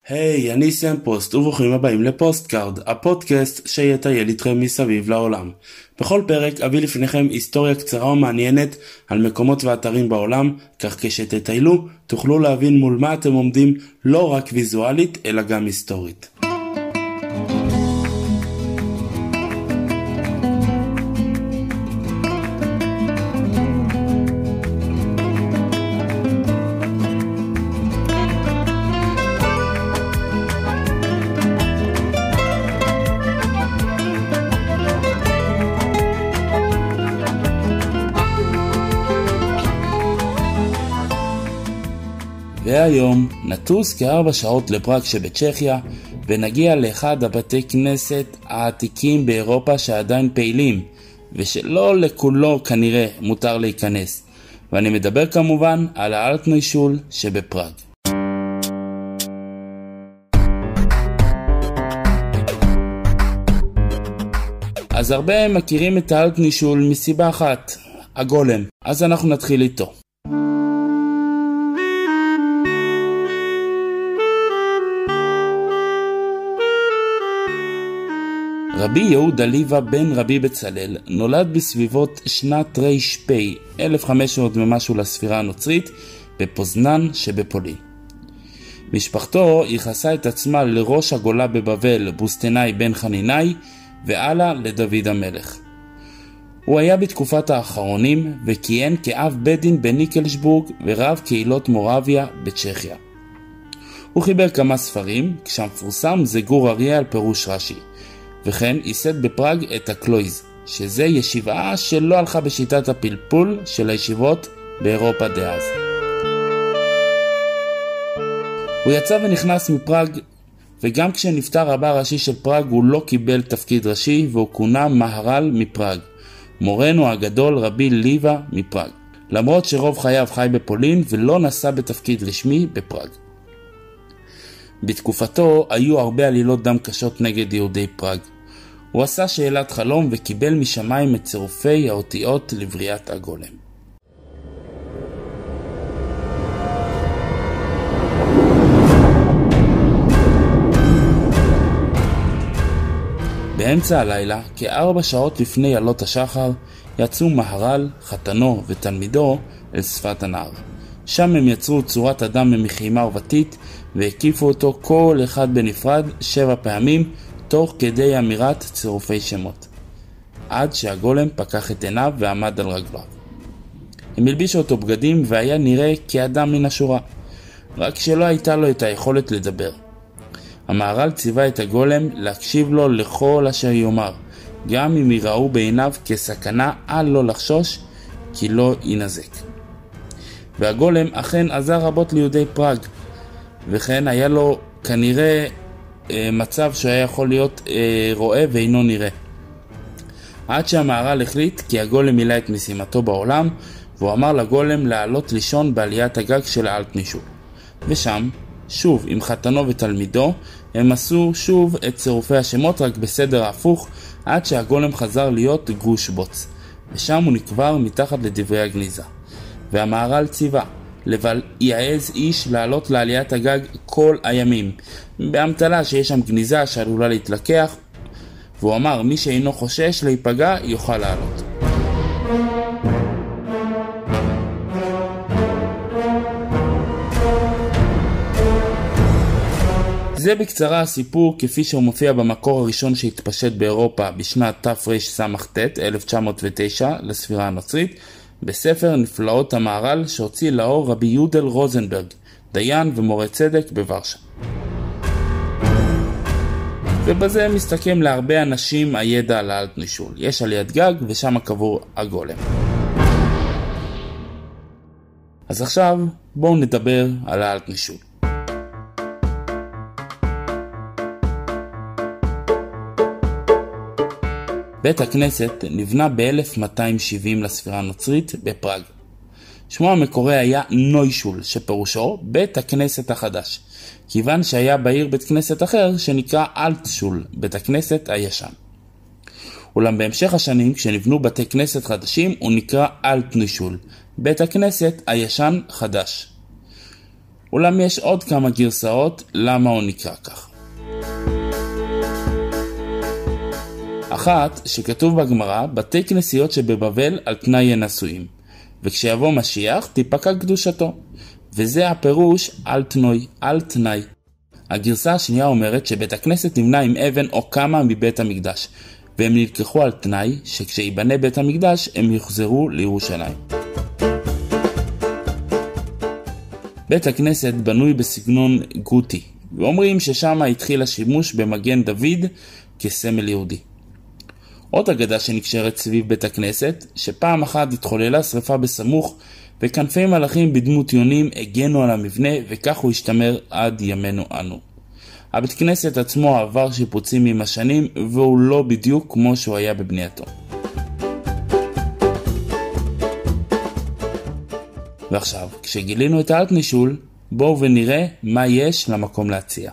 היי, אני סמפוסט וברוכים הבאים לפוסטקארד, הפודקאסט שיטייל איתכם מסביב לעולם. בכל פרק אביא לפניכם היסטוריה קצרה ומעניינת על מקומות ואתרים בעולם, כך כשתטיילו תוכלו להבין מול מה אתם עומדים לא רק ויזואלית אלא גם היסטורית. והיום נטוס כ4 שעות לפראג שבצ'כיה ונגיע לאחד הבתי כנסת העתיקים באירופה שעדיין פעילים ושלא לכולו כנראה מותר להיכנס, ואני מדבר כמובן על האלטנוי שול שבפראג. אז הרבה מכירים את האלטנוי שול מסיבה אחת, הגולם. אז אנחנו נתחיל איתו. רבי יהודה ליבה בן רבי בצלאל נולד בסביבות שנת ר"פ 1500 ומשהו לספירה הנוצרית בפוזנן שבפולין. משפחתו ייחסה את עצמה לראש הגולה בבבל בוסטנאי בן חנינאי ועלה לדוד המלך. הוא היה בתקופת האחרונים וכיהן כאב בית דין בניקלשבורג ורב קהילות מורביה בצ'כיה. הוא חיבר כמה ספרים, כשהמפורסם זה גור אריה על פירוש רש"י. וכן ייסד בפראג את הקלויז, שזה ישיבה שלא הלכה בשיטת הפלפול של הישיבות באירופה דאז. הוא יצא ונכנס מפראג, וגם כשנפטר רבה הראשי של פראג הוא לא קיבל תפקיד ראשי והוא כונה מהר"ל מפראג, מורנו הגדול רבי ליבה מפראג, למרות שרוב חייו חי בפולין ולא נשא בתפקיד רשמי בפראג. בתקופתו היו הרבה עלילות דם קשות נגד יהודי פראג. הוא עשה שאלת חלום וקיבל משמיים את צירופי האותיות לבריאת הגולם. באמצע הלילה, כ4 שעות לפני עלות השחר, יצאו מהר"ל, חתנו ותלמידו אל שפת הנהר. שם הם יצרו צורת אדם ממחימה ובתית והקיפו אותו כל אחד בנפרד 7 פעמים תוך כדי אמירת צירופי שמות, עד שהגולם פקח את עיניו ועמד על רגליו. הם הלבישו אותו בגדים והיה נראה כאדם מן השורה, רק שלא הייתה לו את היכולת לדבר. המהר"ל ציווה את הגולם להקשיב לו לכל אשר יאמר, גם אם יראו בעיניו כסכנה אל לא לחשוש כי לא ינזק. והגולם אכן עזר רבות ליהודי פראג, וכן היה לו כנראה מצב שהיה יכול להיות רואה ואינו נראה. עד שהמהר"ל החליט כי הגולם מילא את משימתו בעולם, והוא אמר לגולם לעלות לישון בעליית הגג של האלטנוי שול. ושם, שוב עם חתנו ותלמידו, הם עשו שוב את צירופי השמות רק בסדר ההפוך, עד שהגולם חזר להיות גוש בוץ, ושם הוא נקבר מתחת לדברי הגניזה. והמהר"ל ציווה יעז איש לעלות לעליית הגג כל הימים, באמתלה שיש שם גניזה שעלולה להתלקח, והוא אמר מי שאינו חושש להיפגע יוכל לעלות. זה בקצרה הסיפור כפי שהוא מופיע במקור הראשון שהתפשט באירופה בשנת תרס"ט 1909 לספירה הנוצרית, בספר נפלאות המהר"ל שהוציא לאור רבי יודל רוזנברג, דיין ומורה צדק בוורשה. ובזה מסתכם להרבה אנשים הידע על האלטנוי שול. יש עליית גג ושם קבור הגולם. אז עכשיו בואו נדבר על האלטנוי שול. בית הכנסת נבנה ב-1270 לספירה הנוצרית בפראג. שמו המקורי היה נוישול, שפירושו בית הכנסת החדש, כיוון שהיה בעיר בית כנסת אחר שנקרא אלטשול, בית הכנסת הישן. אולם בהמשך השנים כשנבנו בתי כנסת חדשים הוא נקרא אלטנוי שול, בית הכנסת הישן חדש. אולם יש עוד כמה גרסאות למה הוא נקרא כך. אחת שכתוב בגמרא, בתי כנסיות שבבבל על תנאי ינשואים, וכשיבוא משיח תיפקע קדושתו, וזה הפירוש על תנוי, על תנאי. הגרסה השנייה אומרת שבית הכנסת נבנה עם אבן או כמה מבית המקדש, והם נלקחו על תנאי שכשיבנה בית המקדש הם יוחזרו לירושלים. בית הכנסת בנוי בסגנון גותי, ואומרים ששם התחיל השימוש במגן דוד כסמל יהודי. עוד אגדה שנקשרת סביב בית הכנסת, שפעם אחת התחוללה שריפה בסמוך, וכנפי מלאכים בדמות יונים הגנו על המבנה, וכך הוא השתמר עד ימינו אנו. הבית כנסת עצמו עבר שיפוצים עם השנים, והוא לא בדיוק כמו שהוא היה בבנייתו. ועכשיו, כשגילינו את האלט נישול, בואו ונראה מה יש למקום להציע.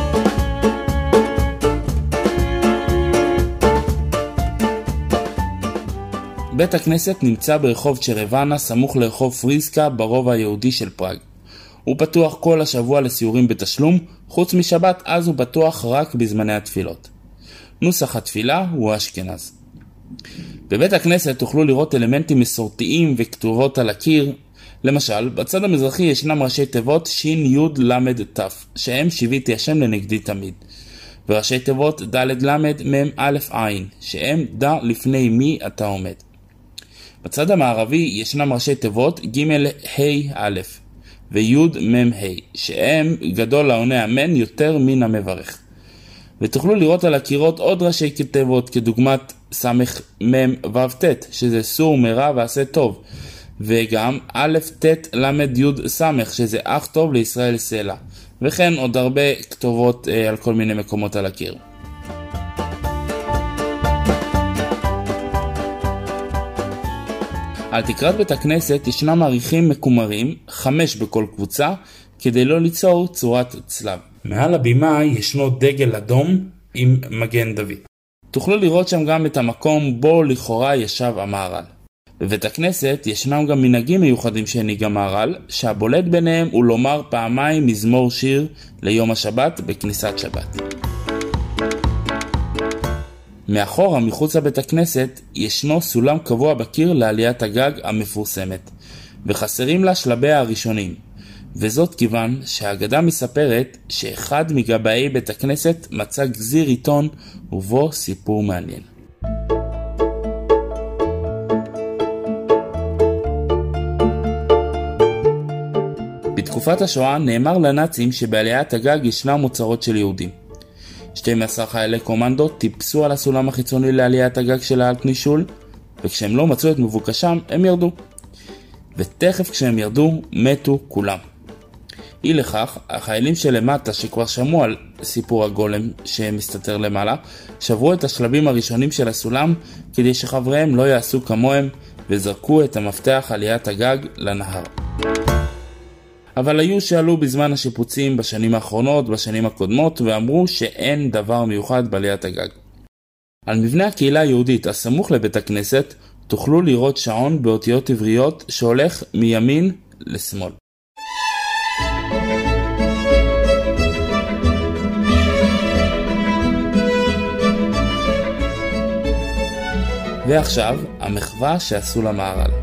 בית הכנסת נמצא ברחוב צ'רבנה, סמוך לרחוב פריזקה, ברובע היהודי של פראג. הוא פתוח כל השבוע לסיורים בתשלום, חוץ משבת אז הוא פתוח רק בזמני התפילות. נוסח התפילה הוא אשכנז. בבית הכנסת תוכלו לראות אלמנטים מסורתיים וכתובות על הקיר. למשל, בצד המזרחי ישנם ראשי תיבות שין יוד למד תף, שהם שיוויתי השם לנגדי תמיד. וראשי תיבות ד' למד מם א' עין, שהם דע לפני מי אתה עומד. בצד המערבי ישנם ראשי תיבות ג' ה' א' וי' מ' ה', שהם גדול לעונה אמן יותר מן המברך. ותוכלו לראות על הקירות עוד ראשי תיבות כדוגמת סמך מ' ו' ת', שזה סור מרע ועשה טוב, וגם א' ת' למד י' סמך, שזה אח טוב לישראל סלע, וכן עוד הרבה כתובות על כל מיני מקומות על הקיר. על תקרת בית הכנסת ישנם עריכים מקומרים, 5 בכל קבוצה, כדי לא ליצור צורת צלב. מעל הבימה ישנו דגל אדום עם מגן דוד. תוכלו לראות שם גם את המקום בו לכאורה ישב המהר"ל. בבית הכנסת ישנם גם מנהגים מיוחדים שהנהיג המהר"ל, שהבולט ביניהם הוא לומר פעמיים מזמור שיר ליום השבת בכניסת שבת. מאחורה מחוץ לבית הכנסת ישנו סולם קבוע בקיר לעליית הגג המפורסמת, וחסרים לה שלביה הראשונים, וזאת כיוון שהאגדה מספרת שאחד מגבאי בית הכנסת מצא גזיר עיתון ובו סיפור מעניין. בתקופת השואה נאמר לנאצים שבעליית הגג ישנם אוצרות של יהודים. 12 חיילי קומנדו טיפסו על הסולם החיצוני לעליית הגג של האלט נישול, וכשהם לא מצאו את מבוקשם הם ירדו. ותכף כשהם ירדו מתו כולם. אי לכך, החיילים שלמטה שכבר שמעו על סיפור הגולם שמסתתר למעלה, שברו את השלבים הראשונים של הסולם כדי שחבריהם לא יעשו כמוהם, וזרקו את המפתח עליית הגג לנהר. אבל היו שעלו בזמן השיפוצים בשנים האחרונות, בשנים הקודמות, ואמרו שאין דבר מיוחד בעליית הגג. על מבנה הקהילה היהודית הסמוך לבית הכנסת תוכלו לראות שעון באותיות עבריות שהולך מימין לשמאל. ועכשיו המחווה שעשו למהר"ל.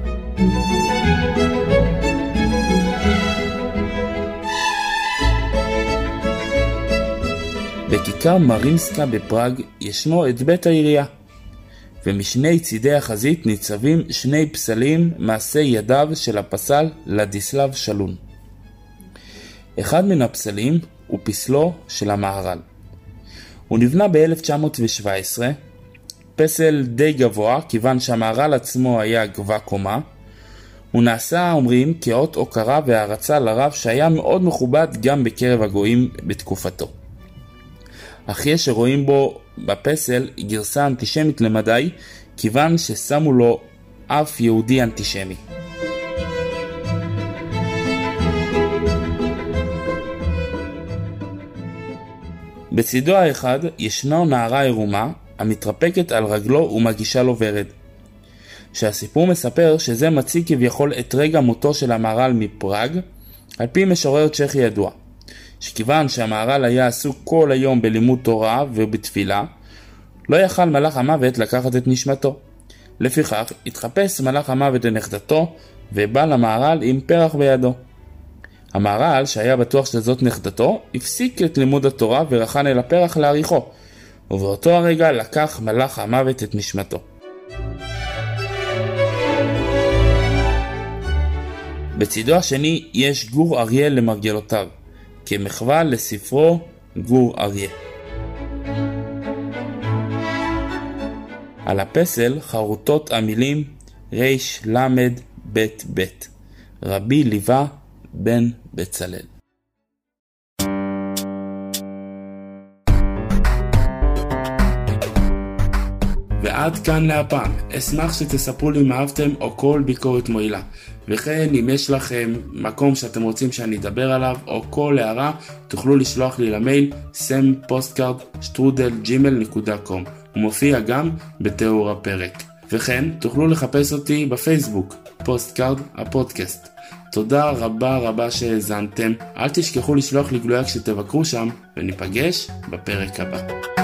בכיכר מרינסקה בפראג ישנו את בית העירייה, ומשני צידי החזית ניצבים 2 פסלים מעשי ידיו של הפסל לדיסלב שלון. אחד מן הפסלים הוא פסלו של המהר"ל. הוא נבנה ב-1917, פסל די גבוה כיוון שהמהר"ל עצמו היה גבוה קומה. הוא נעשה אומרים כאות הוקרה והערצה לרב שהיה מאוד מכובד גם בקרב הגויים בתקופתו. אך יש שרואים בו בפסל גרסה אנטישמית למדי, כיוון ששמו לו אף יהודי אנטישמי. בצידו האחד ישנה נערה עירומה המתרפקת על רגלו ומגישה לו ורד, שהסיפור מספר שזה מציג כביכול את רגע מותו של המהר"ל מפראג, על פי משורר צ'כי ידוע, שכיוון שהמהר"ל היה עסוק כל היום בלימוד תורה ובתפילה, לא יכל מלאך המוות לקחת את נשמתו. לפיכך התחפש מלאך המוות לנכדתו ובא למהר"ל עם פרח בידו. המהר"ל, שהיה בטוח שזאת נכדתו, הפסיק את לימוד התורה ורחן אל הפרח להאריכו, ובאותו הרגע לקח מלאך המוות את נשמתו. בצידו השני יש גור אריה למרגלותיו, כמחווה לספרו גור אריה. על הפסל חרוטות המילים ריש למד בית בית, רבי ליווה בן בצלאל. ועד כאן להפעם. אשמח שתספרו לי אם אהבתם או כל ביקורת מועילה. וכן, אם יש לכם מקום שאתם רוצים שאני אדבר עליו או כל הערה, תוכלו לשלוח לי למייל sampostcard@gmail.com. הוא מופיע גם בתיאור הפרק. וכן, תוכלו לחפש אותי בפייסבוק, פוסטקארד הפודקאסט. תודה רבה שהאזנתם. אל תשכחו לשלוח לי גלויה כשתבקרו שם, וניפגש בפרק הבא.